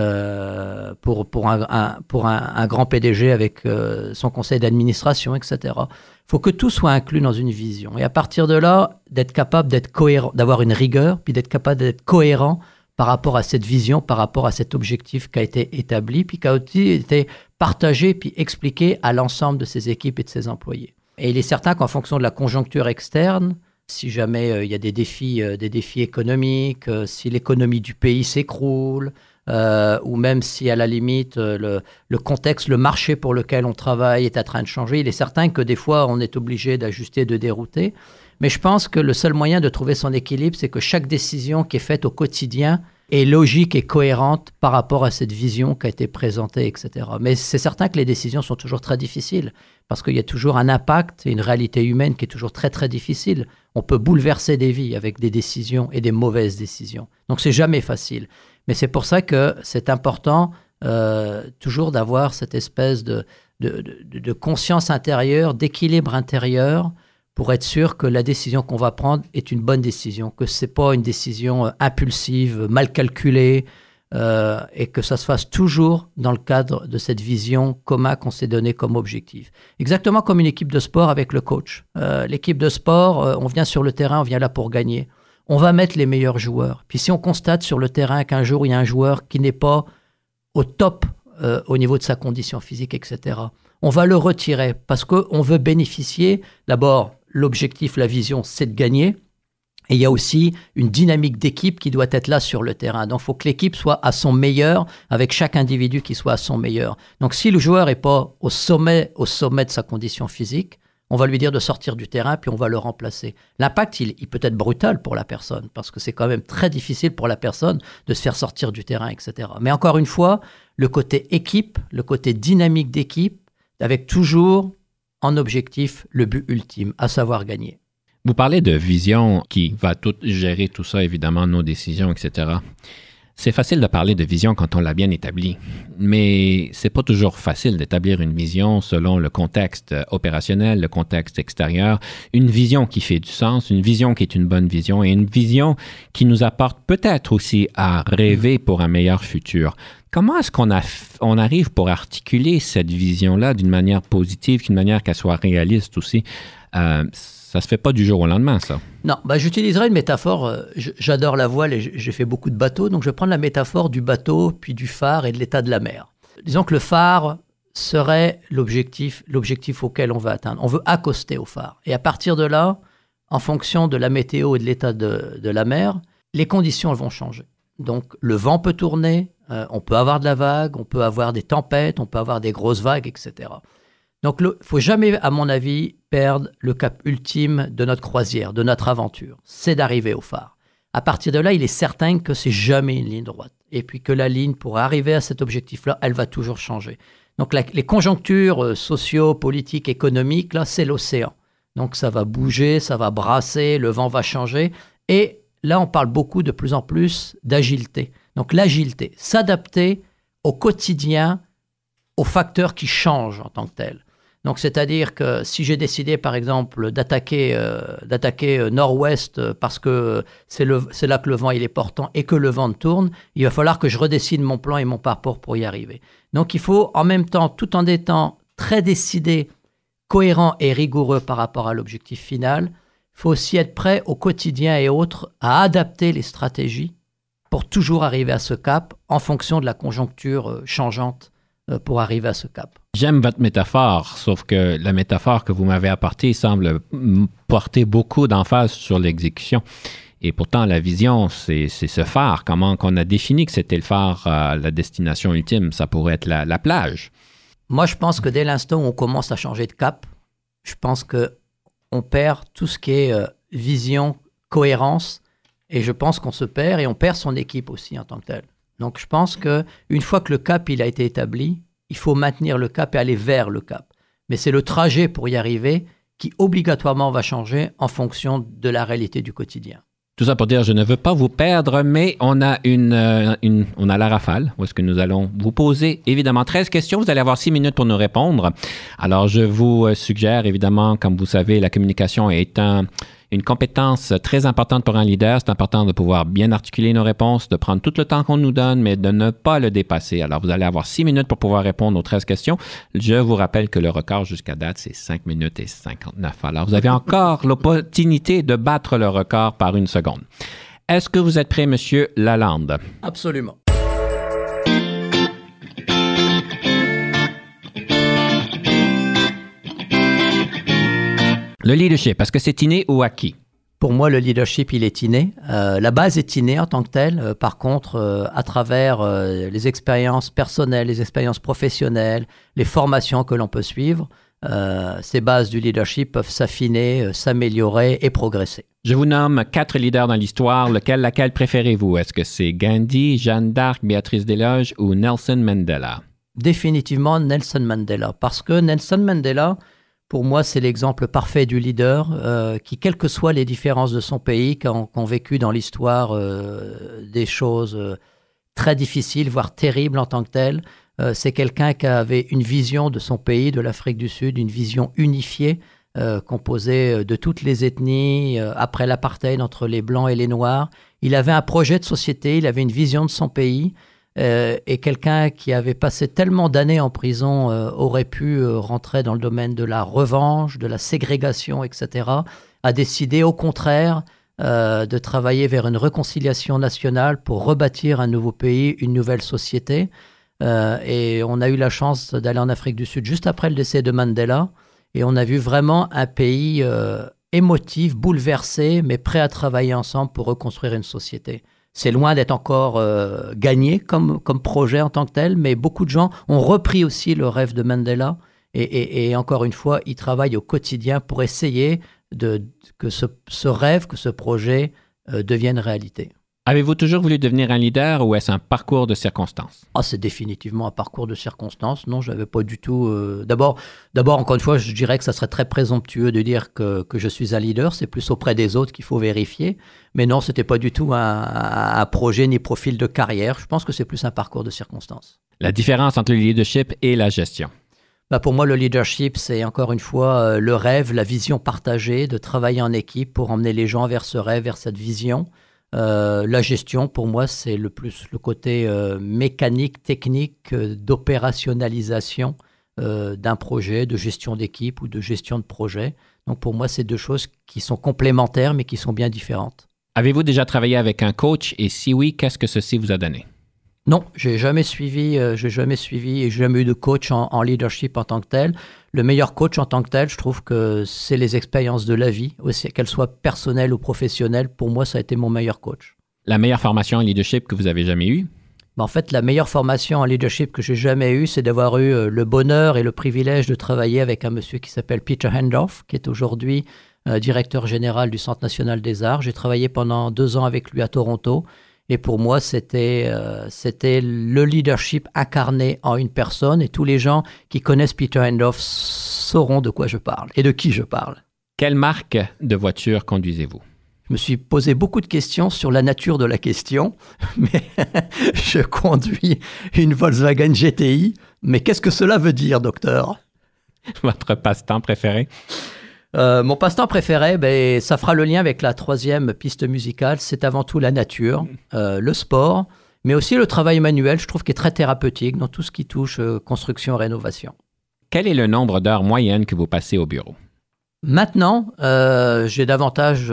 euh, pour, pour, un, un, pour un, un grand P D G avec euh, son conseil d'administration, et cetera. Il faut que tout soit inclus dans une vision. Et à partir de là, d'être capable d'être cohérent, d'avoir une rigueur, puis d'être capable d'être cohérent par rapport à cette vision, par rapport à cet objectif qui a été établi, puis qui a aussi été partagé, puis expliqué à l'ensemble de ses équipes et de ses employés. Et il est certain qu'en fonction de la conjoncture externe, si jamais euh, il y a des défis, euh, des défis économiques, euh, si l'économie du pays s'écroule, euh, ou même si à la limite euh, le, le contexte, le marché pour lequel on travaille est en train de changer, il est certain que des fois on est obligé d'ajuster, de dérouter. Mais je pense que le seul moyen de trouver son équilibre, c'est que chaque décision qui est faite au quotidien est logique et cohérente par rapport à cette vision qui a été présentée, et cetera. Mais c'est certain que les décisions sont toujours très difficiles parce qu'il y a toujours un impact et une réalité humaine qui est toujours très, très difficile. On peut bouleverser des vies avec des décisions et des mauvaises décisions. Donc, c'est jamais facile. Mais c'est pour ça que c'est important euh, toujours d'avoir cette espèce de, de, de, de conscience intérieure, d'équilibre intérieur, pour être sûr que la décision qu'on va prendre est une bonne décision, que ce n'est pas une décision impulsive, mal calculée, euh, et que ça se fasse toujours dans le cadre de cette vision commune qu'on s'est donnée comme objectif. Exactement comme une équipe de sport avec le coach. Euh, l'équipe de sport, euh, on vient sur le terrain, on vient là pour gagner. On va mettre les meilleurs joueurs. Puis si on constate sur le terrain qu'un jour, il y a un joueur qui n'est pas au top euh, au niveau de sa condition physique, et cetera, on va le retirer parce qu'on veut bénéficier d'abord. L'objectif, la vision, c'est de gagner. Et il y a aussi une dynamique d'équipe qui doit être là sur le terrain. Donc, il faut que l'équipe soit à son meilleur, avec chaque individu qui soit à son meilleur. Donc, si le joueur n'est pas au sommet, au sommet de sa condition physique, on va lui dire de sortir du terrain, puis on va le remplacer. L'impact, il, il peut être brutal pour la personne, parce que c'est quand même très difficile pour la personne de se faire sortir du terrain, et cetera. Mais encore une fois, le côté équipe, le côté dynamique d'équipe, avec toujours en objectif le but ultime, à savoir gagner. Vous parlez de vision qui va tout gérer tout ça, évidemment, nos décisions, et cetera. C'est facile de parler de vision quand on l'a bien établie, mais c'est pas toujours facile d'établir une vision selon le contexte opérationnel, le contexte extérieur, une vision qui fait du sens, une vision qui est une bonne vision et une vision qui nous apporte peut-être aussi à rêver pour un meilleur futur. Comment est-ce qu'on a, on arrive pour articuler cette vision-là d'une manière positive, d'une manière qu'elle soit réaliste aussi? Euh, ça se fait pas du jour au lendemain, ça. Non, bah, j'utiliserai une métaphore. Euh, j'adore la voile et j'ai fait beaucoup de bateaux, donc je vais prendre la métaphore du bateau, puis du phare et de l'état de la mer. Disons que le phare serait l'objectif, l'objectif auquel on veut atteindre. On veut accoster au phare. Et à partir de là, en fonction de la météo et de l'état de, de la mer, les conditions elles vont changer. Donc le vent peut tourner, euh, on peut avoir de la vague, on peut avoir des tempêtes, on peut avoir des grosses vagues, et cetera. Donc il ne faut jamais, à mon avis, perdre le cap ultime de notre croisière, de notre aventure. C'est d'arriver au phare. À partir de là, il est certain que c'est jamais une ligne droite. Et puis que la ligne, pour arriver à cet objectif-là, elle va toujours changer. Donc la, les conjonctures euh, socio, politiques, économiques, là, c'est l'océan. Donc ça va bouger, ça va brasser, le vent va changer. Et là, on parle beaucoup de plus en plus d'agilité. Donc l'agilité, s'adapter au quotidien, aux facteurs qui changent en tant que tels. Donc c'est-à-dire que si j'ai décidé, par exemple, d'attaquer, euh, d'attaquer euh, nord-ouest euh, parce que c'est, le, c'est là que le vent il est portant et que le vent tourne, il va falloir que je redessine mon plan et mon parcours pour y arriver. Donc il faut en même temps, tout en étant très décidé, cohérent et rigoureux par rapport à l'objectif final, il faut aussi être prêt au quotidien et autres à adapter les stratégies pour toujours arriver à ce cap en fonction de la conjoncture euh, changeante euh, pour arriver à ce cap. J'aime votre métaphore, sauf que la métaphore que vous m'avez apportée semble porter beaucoup d'emphase sur l'exécution. Et pourtant, la vision, c'est, c'est ce phare. Comment qu'on a défini que c'était le phare, euh, la destination ultime? Ça pourrait être la, la plage. Moi, je pense que dès l'instant où on commence à changer de cap, je pense qu'on perd tout ce qui est euh, vision, cohérence, et je pense qu'on se perd et on perd son équipe aussi en tant que tel. Donc, je pense qu'une fois que le cap il a été établi, il faut maintenir le cap et aller vers le cap. Mais c'est le trajet pour y arriver qui obligatoirement va changer en fonction de la réalité du quotidien. Tout ça pour dire, je ne veux pas vous perdre, mais on a une, euh, une on a la rafale, où est-ce que nous allons vous poser évidemment treize questions. Vous allez avoir six minutes pour nous répondre. Alors, je vous suggère évidemment, comme vous savez, la communication est un, une compétence très importante pour un leader. C'est important de pouvoir bien articuler nos réponses, de prendre tout le temps qu'on nous donne, mais de ne pas le dépasser. Alors, vous allez avoir six minutes pour pouvoir répondre aux treize questions. Je vous rappelle que le record jusqu'à date, c'est cinq minutes et cinquante-neuf. Alors, vous avez encore l'opportunité de battre le record par une seconde. Est-ce que vous êtes prêt, M. Lalande? Absolument. Le leadership, est-ce que c'est inné ou acquis? Pour moi, le leadership, il est inné. Euh, la base est innée en tant que telle. Euh, par contre, euh, à travers euh, les expériences personnelles, les expériences professionnelles, les formations que l'on peut suivre, euh, ces bases du leadership peuvent s'affiner, euh, s'améliorer et progresser. Je vous nomme quatre leaders dans l'histoire. Lequel, laquelle préférez-vous? Est-ce que c'est Gandhi, Jeanne d'Arc, Béatrice Desloges ou Nelson Mandela? Définitivement Nelson Mandela. Parce que Nelson Mandela, pour moi, c'est l'exemple parfait du leader euh, qui, quelles que soient les différences de son pays, qui ont, qui ont vécu dans l'histoire euh, des choses euh, très difficiles, voire terribles en tant que telles, euh, c'est quelqu'un qui avait une vision de son pays, de l'Afrique du Sud, une vision unifiée, euh, composée de toutes les ethnies, euh, après l'apartheid entre les Blancs et les Noirs. Il avait un projet de société, il avait une vision de son pays. Euh, et quelqu'un qui avait passé tellement d'années en prison euh, aurait pu euh, rentrer dans le domaine de la revanche, de la ségrégation, et cetera, a décidé au contraire euh, de travailler vers une réconciliation nationale pour rebâtir un nouveau pays, une nouvelle société. Euh, et on a eu la chance d'aller en Afrique du Sud juste après le décès de Mandela, et on a vu vraiment un pays euh, émotif, bouleversé, mais prêt à travailler ensemble pour reconstruire une société. C'est loin d'être encore euh, gagné comme, comme projet en tant que tel, mais beaucoup de gens ont repris aussi le rêve de Mandela. Et, et, et encore une fois, ils travaillent au quotidien pour essayer de, que ce, ce rêve, que ce projet euh, devienne réalité. Avez-vous toujours voulu devenir un leader ou est-ce un parcours de circonstances? Ah, c'est définitivement un parcours de circonstances. Non, je n'avais pas du tout... Euh, d'abord, d'abord, encore une fois, je dirais que ça serait très présomptueux de dire que, que je suis un leader. C'est plus auprès des autres qu'il faut vérifier. Mais non, ce n'était pas du tout un, un, un projet ni profil de carrière. Je pense que c'est plus un parcours de circonstances. La différence entre le leadership et la gestion? Bah pour moi, le leadership, c'est encore une fois euh, le rêve, la vision partagée, de travailler en équipe pour emmener les gens vers ce rêve, vers cette vision. Euh, la gestion, pour moi, c'est le plus le côté euh, mécanique, technique, euh, d'opérationnalisation euh, d'un projet, de gestion d'équipe ou de gestion de projet. Donc pour moi, c'est deux choses qui sont complémentaires, mais qui sont bien différentes. Avez-vous déjà travaillé avec un coach et si oui, qu'est-ce que ceci vous a donné? Non, j'ai jamais suivi, euh, j'ai jamais suivi et j'ai jamais eu de coach en, en leadership en tant que tel. Le meilleur coach en tant que tel, je trouve que c'est les expériences de la vie, aussi qu'elles soient personnelles ou professionnelles. Pour moi, ça a été mon meilleur coach. La meilleure formation en leadership que vous avez jamais eue? Ben, en fait, la meilleure formation en leadership que j'ai jamais eue, c'est d'avoir eu euh, le bonheur et le privilège de travailler avec un monsieur qui s'appelle Peter Hendorf, qui est aujourd'hui euh, directeur général du Centre national des arts. J'ai travaillé pendant deux ans avec lui à Toronto. Et pour moi, c'était, euh, c'était le leadership incarné en une personne. Et tous les gens qui connaissent Peter Hendorf sauront de quoi je parle et de qui je parle. Quelle marque de voiture conduisez-vous? Je me suis posé beaucoup de questions sur la nature de la question, mais je conduis une Volkswagen G T I. Mais qu'est-ce que cela veut dire, docteur? Votre passe-temps préféré? Euh, mon passe-temps préféré, ben, ça fera le lien avec la troisième piste musicale. C'est avant tout la nature, euh, le sport, mais aussi le travail manuel, je trouve qu'il est très thérapeutique dans tout ce qui touche euh, construction, rénovation. Quel est le nombre d'heures moyennes que vous passez au bureau? Maintenant, euh, j'ai davantage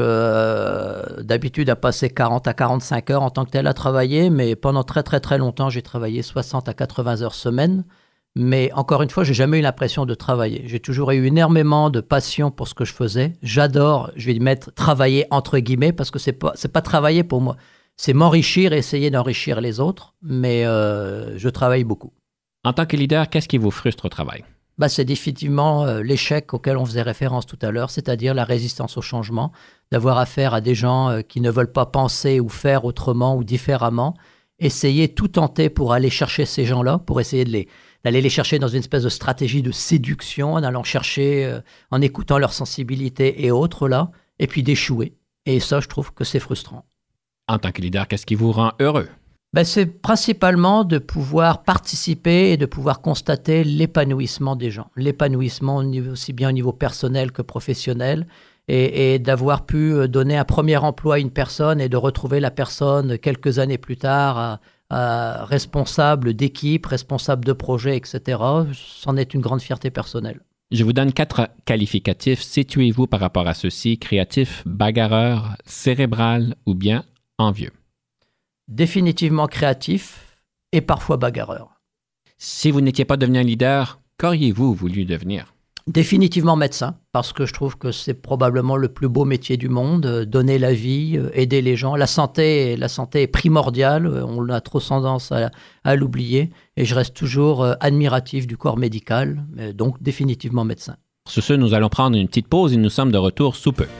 euh, d'habitude à passer quarante à quarante-cinq heures en tant que tel à travailler, mais pendant très très très longtemps, j'ai travaillé soixante à quatre-vingts heures semaine. Mais encore une fois, j'ai jamais eu l'impression de travailler. J'ai toujours eu énormément de passion pour ce que je faisais. J'adore, je vais mettre travailler entre guillemets, parce que c'est pas, c'est pas travailler pour moi. C'est m'enrichir, essayer d'enrichir les autres, mais euh, je travaille beaucoup. En tant que leader, qu'est-ce qui vous frustre au travail? Bah, c'est définitivement euh, l'échec auquel on faisait référence tout à l'heure, c'est-à-dire la résistance au changement, d'avoir affaire à des gens euh, qui ne veulent pas penser ou faire autrement ou différemment, essayer tout tenter pour aller chercher ces gens-là, pour essayer de les, d'aller les chercher dans une espèce de stratégie de séduction, en allant chercher, euh, en écoutant leur sensibilité et autres là, et puis d'échouer. Et ça, je trouve que c'est frustrant. En tant que leader, qu'est-ce qui vous rend heureux? Ben, c'est principalement de pouvoir participer et de pouvoir constater l'épanouissement des gens. L'épanouissement aussi bien au niveau personnel que professionnel. Et, et d'avoir pu donner un premier emploi à une personne et de retrouver la personne quelques années plus tard à, à responsable d'équipe, responsable de projet, et cetera. C'en est une grande fierté personnelle. Je vous donne quatre qualificatifs. Situez-vous par rapport à ceux-ci: créatif, bagarreur, cérébral ou bien envieux. Définitivement créatif et parfois bagarreur. Si vous n'étiez pas devenu un leader, qu'auriez-vous voulu devenir? Définitivement médecin, parce que je trouve que c'est probablement le plus beau métier du monde, euh, donner la vie, euh, aider les gens. La santé, la santé est primordiale, euh, on a trop tendance à, à l'oublier, et je reste toujours euh, admiratif du corps médical, mais donc définitivement médecin. Sur ce, nous allons prendre une petite pause et nous sommes de retour sous peu.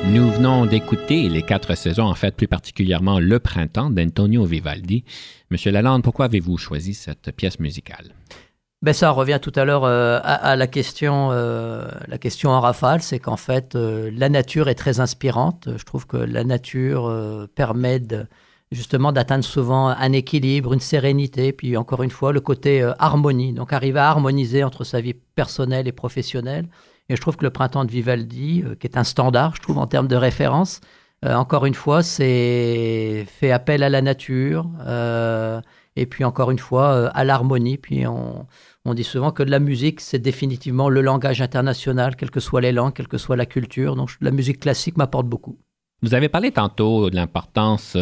Nous venons d'écouter les quatre saisons, en fait, plus particulièrement Le Printemps d'Antonio Vivaldi. Monsieur Lalande, pourquoi avez-vous choisi cette pièce musicale? Ben ça revient tout à l'heure euh, à, à la question, euh, la question en rafale, c'est qu'en fait, euh, la nature est très inspirante. Je trouve que la nature euh, permet de, justement d'atteindre souvent un équilibre, une sérénité, puis encore une fois, le côté euh, harmonie. Donc, arriver à harmoniser entre sa vie personnelle et professionnelle. Et je trouve que Le Printemps de Vivaldi, euh, qui est un standard, je trouve, en termes de référence, euh, encore une fois, c'est fait appel à la nature, euh, et puis encore une fois, euh, à l'harmonie. Puis on... On dit souvent que la musique, c'est définitivement le langage international, quelles que soient les langues, quelle que soit la culture. Donc, la musique classique m'apporte beaucoup. Vous avez parlé tantôt de l'importance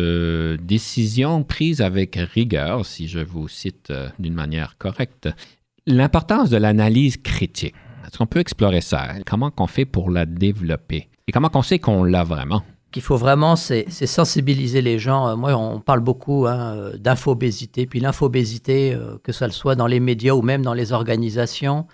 de décisions prises avec rigueur, si je vous cite d'une manière correcte. L'importance de l'analyse critique. Est-ce qu'on peut explorer ça? Comment on fait pour la développer? Et comment on sait qu'on l'a vraiment? Qu'il faut vraiment, c'est, c'est sensibiliser les gens. Moi, on parle beaucoup hein, d'infobésité. Puis l'infobésité, euh, que ça le soit dans les médias ou même dans les organisations,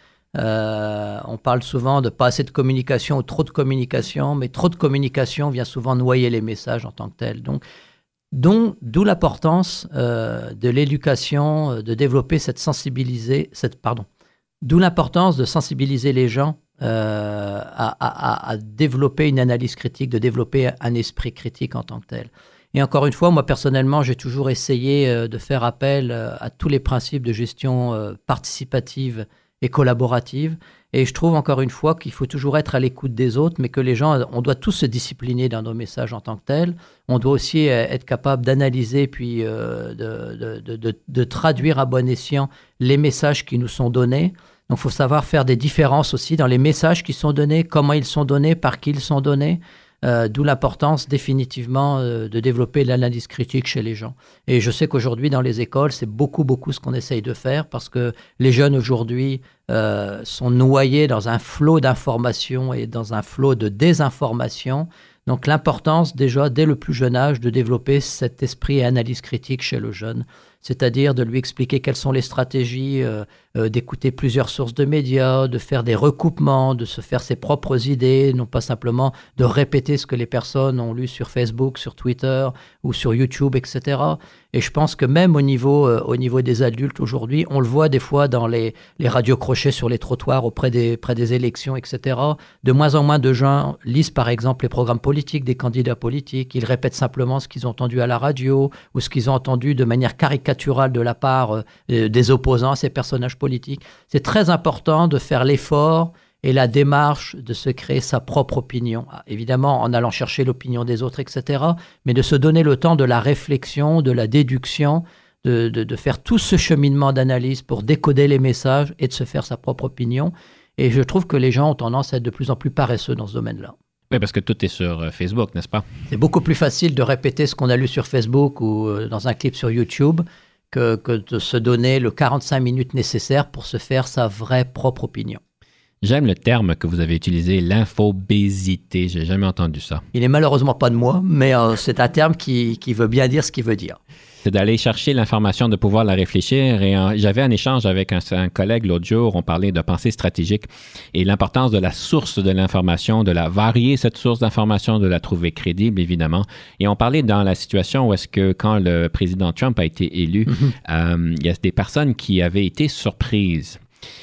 euh, on parle souvent de pas assez de communication ou trop de communication, mais trop de communication vient souvent noyer les messages en tant que tels. Donc, dont, d'où l'importance euh, de l'éducation, de développer cette sensibilisée, cette, pardon, d'où l'importance de sensibiliser les gens Euh, à, à, à développer une analyse critique, de développer un esprit critique en tant que tel. Et encore une fois, moi personnellement, j'ai toujours essayé euh, de faire appel euh, à tous les principes de gestion euh, participative et collaborative. Et je trouve encore une fois qu'il faut toujours être à l'écoute des autres, mais que les gens, on doit tous se discipliner dans nos messages en tant que tel. On doit aussi euh, être capable d'analyser puis euh, de, de, de, de traduire à bon escient les messages qui nous sont donnés. Donc, il faut savoir faire des différences aussi dans les messages qui sont donnés, comment ils sont donnés, par qui ils sont donnés, euh, d'où l'importance définitivement euh, de développer l'analyse critique chez les gens. Et je sais qu'aujourd'hui, dans les écoles, c'est beaucoup, beaucoup ce qu'on essaye de faire parce que les jeunes aujourd'hui euh, sont noyés dans un flot d'informations et dans un flot de désinformation. Donc, l'importance déjà, dès le plus jeune âge, de développer cet esprit et analyse critique chez le jeune, c'est-à-dire de lui expliquer quelles sont les stratégies, euh, euh, d'écouter plusieurs sources de médias, de faire des recoupements, de se faire ses propres idées, non pas simplement de répéter ce que les personnes ont lu sur Facebook, sur Twitter ou sur YouTube, et cetera. Et je pense que même au niveau, euh, au niveau des adultes aujourd'hui, on le voit des fois dans les, les radios crochets sur les trottoirs auprès des, près des élections, et cetera. De moins en moins de gens lisent par exemple les programmes politiques des candidats politiques. Ils répètent simplement ce qu'ils ont entendu à la radio ou ce qu'ils ont entendu de manière caricaturale de la part euh, des opposants à ces personnages politiques. C'est très important de faire l'effort et la démarche de se créer sa propre opinion. Évidemment, en allant chercher l'opinion des autres, et cetera, mais de se donner le temps de la réflexion, de la déduction, de, de, de faire tout ce cheminement d'analyse pour décoder les messages et de se faire sa propre opinion. Et je trouve que les gens ont tendance à être de plus en plus paresseux dans ce domaine-là. Oui, parce que tout est sur Facebook, n'est-ce pas? C'est beaucoup plus facile de répéter ce qu'on a lu sur Facebook ou dans un clip sur YouTube que, que de se donner le quarante-cinq minutes nécessaires pour se faire sa vraie propre opinion. J'aime le terme que vous avez utilisé, l'infobésité. J'ai jamais entendu ça. Il n'est malheureusement pas de moi, mais euh, c'est un terme qui, qui veut bien dire ce qu'il veut dire. C'est d'aller chercher l'information, de pouvoir la réfléchir. Et euh, j'avais un échange avec un, un collègue l'autre jour, on parlait de pensée stratégique et l'importance de la source de l'information, de la varier cette source d'information, de la trouver crédible, évidemment. Et on parlait dans la situation où est-ce que quand le président Trump a été élu, mm-hmm. euh, il y a des personnes qui avaient été surprises.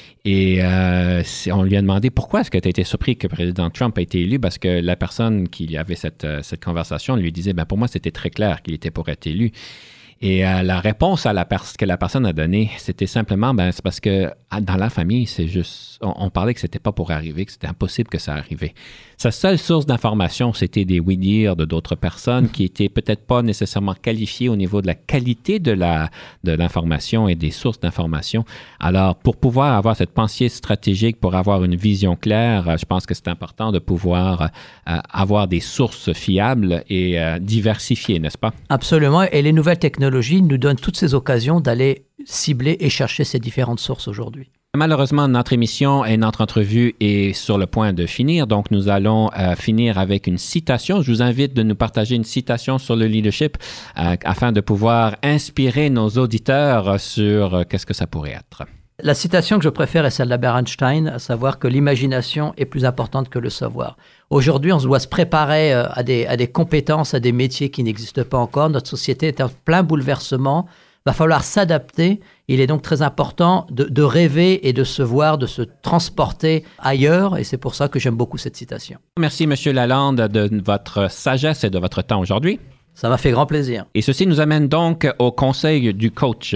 Et euh, on lui a demandé pourquoi est-ce que tu as été surpris que le président Trump a été élu, parce que la personne qui avait cette, cette conversation lui disait, ben pour moi, c'était très clair qu'il était pour être élu. Et euh, la réponse à la pers- que la personne a donnée, c'était simplement, ben, c'est parce que dans la famille, c'est juste, on, on parlait que c'était pas pour arriver, que c'était impossible que ça arrivait. Sa seule source d'information, c'était des oui-dire de d'autres personnes qui étaient peut-être pas nécessairement qualifiées au niveau de la qualité de, la, de l'information et des sources d'information. Alors, pour pouvoir avoir cette pensée stratégique, pour avoir une vision claire, je pense que c'est important de pouvoir euh, avoir des sources fiables et euh, diversifiées, n'est-ce pas? Absolument. Et les nouvelles technologies nous donnent toutes ces occasions d'aller cibler et chercher ces différentes sources aujourd'hui. Malheureusement, notre émission et notre entrevue est sur le point de finir, donc nous allons euh, finir avec une citation. Je vous invite de nous partager une citation sur le leadership euh, afin de pouvoir inspirer nos auditeurs sur euh, qu'est-ce que ça pourrait être. La citation que je préfère est celle d'Albert Einstein, à savoir que l'imagination est plus importante que le savoir. Aujourd'hui, on doit se préparer à des, à des compétences, à des métiers qui n'existent pas encore. Notre société est en plein bouleversement. Il va falloir s'adapter. Il est donc très important de, de rêver et de se voir, de se transporter ailleurs. Et c'est pour ça que j'aime beaucoup cette citation. Merci, M. Lalande, de votre sagesse et de votre temps aujourd'hui. Ça m'a fait grand plaisir. Et ceci nous amène donc au conseil du coach.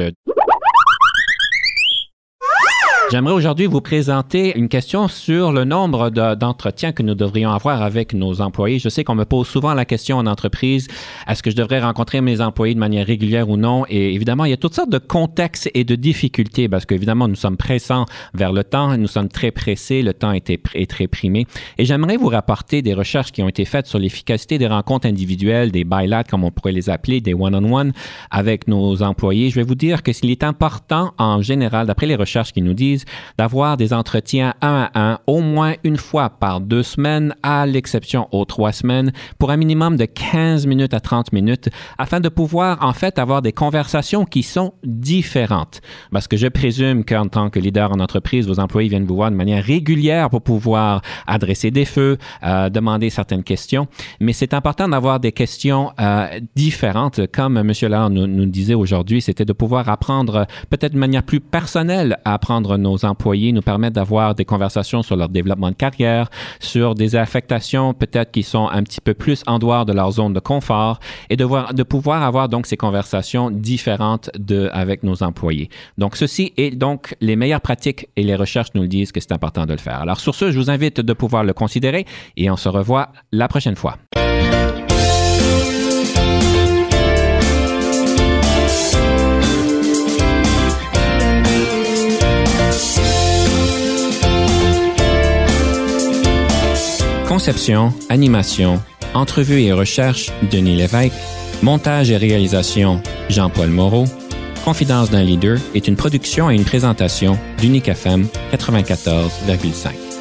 J'aimerais aujourd'hui vous présenter une question sur le nombre de, d'entretiens que nous devrions avoir avec nos employés. Je sais qu'on me pose souvent la question en entreprise, est-ce que je devrais rencontrer mes employés de manière régulière ou non? Et évidemment, il y a toutes sortes de contextes et de difficultés parce qu'évidemment, nous sommes pressants vers le temps, nous sommes très pressés, le temps est, est très primé. Et j'aimerais vous rapporter des recherches qui ont été faites sur l'efficacité des rencontres individuelles, des bilat, comme on pourrait les appeler, des one-on-one avec nos employés. Je vais vous dire que s'il est important en général, d'après les recherches qui nous disent, d'avoir des entretiens un à un au moins une fois par deux semaines, à l'exception aux trois semaines, pour un minimum de quinze minutes à trente minutes, afin de pouvoir en fait avoir des conversations qui sont différentes. Parce que je présume qu'en tant que leader en entreprise, vos employés viennent vous voir de manière régulière pour pouvoir adresser des feux, euh, demander certaines questions, mais c'est important d'avoir des questions euh, différentes. Comme M. Lalande nous, nous disait aujourd'hui, c'était de pouvoir apprendre peut-être de manière plus personnelle à apprendre nos Nos employés, nous permettent d'avoir des conversations sur leur développement de carrière, sur des affectations peut-être qui sont un petit peu plus en dehors de leur zone de confort et de, voir, de pouvoir avoir donc ces conversations différentes de, avec nos employés. Donc, ceci est donc les meilleures pratiques et les recherches nous le disent que c'est important de le faire. Alors, sur ce, je vous invite de pouvoir le considérer et on se revoit la prochaine fois. Conception, animation, entrevue et recherche, Denis Lévesque. Montage et réalisation, Jean-Paul Moreau. Confidence d'un leader est une production et une présentation d'Unique F M quatre-vingt-quatorze virgule cinq.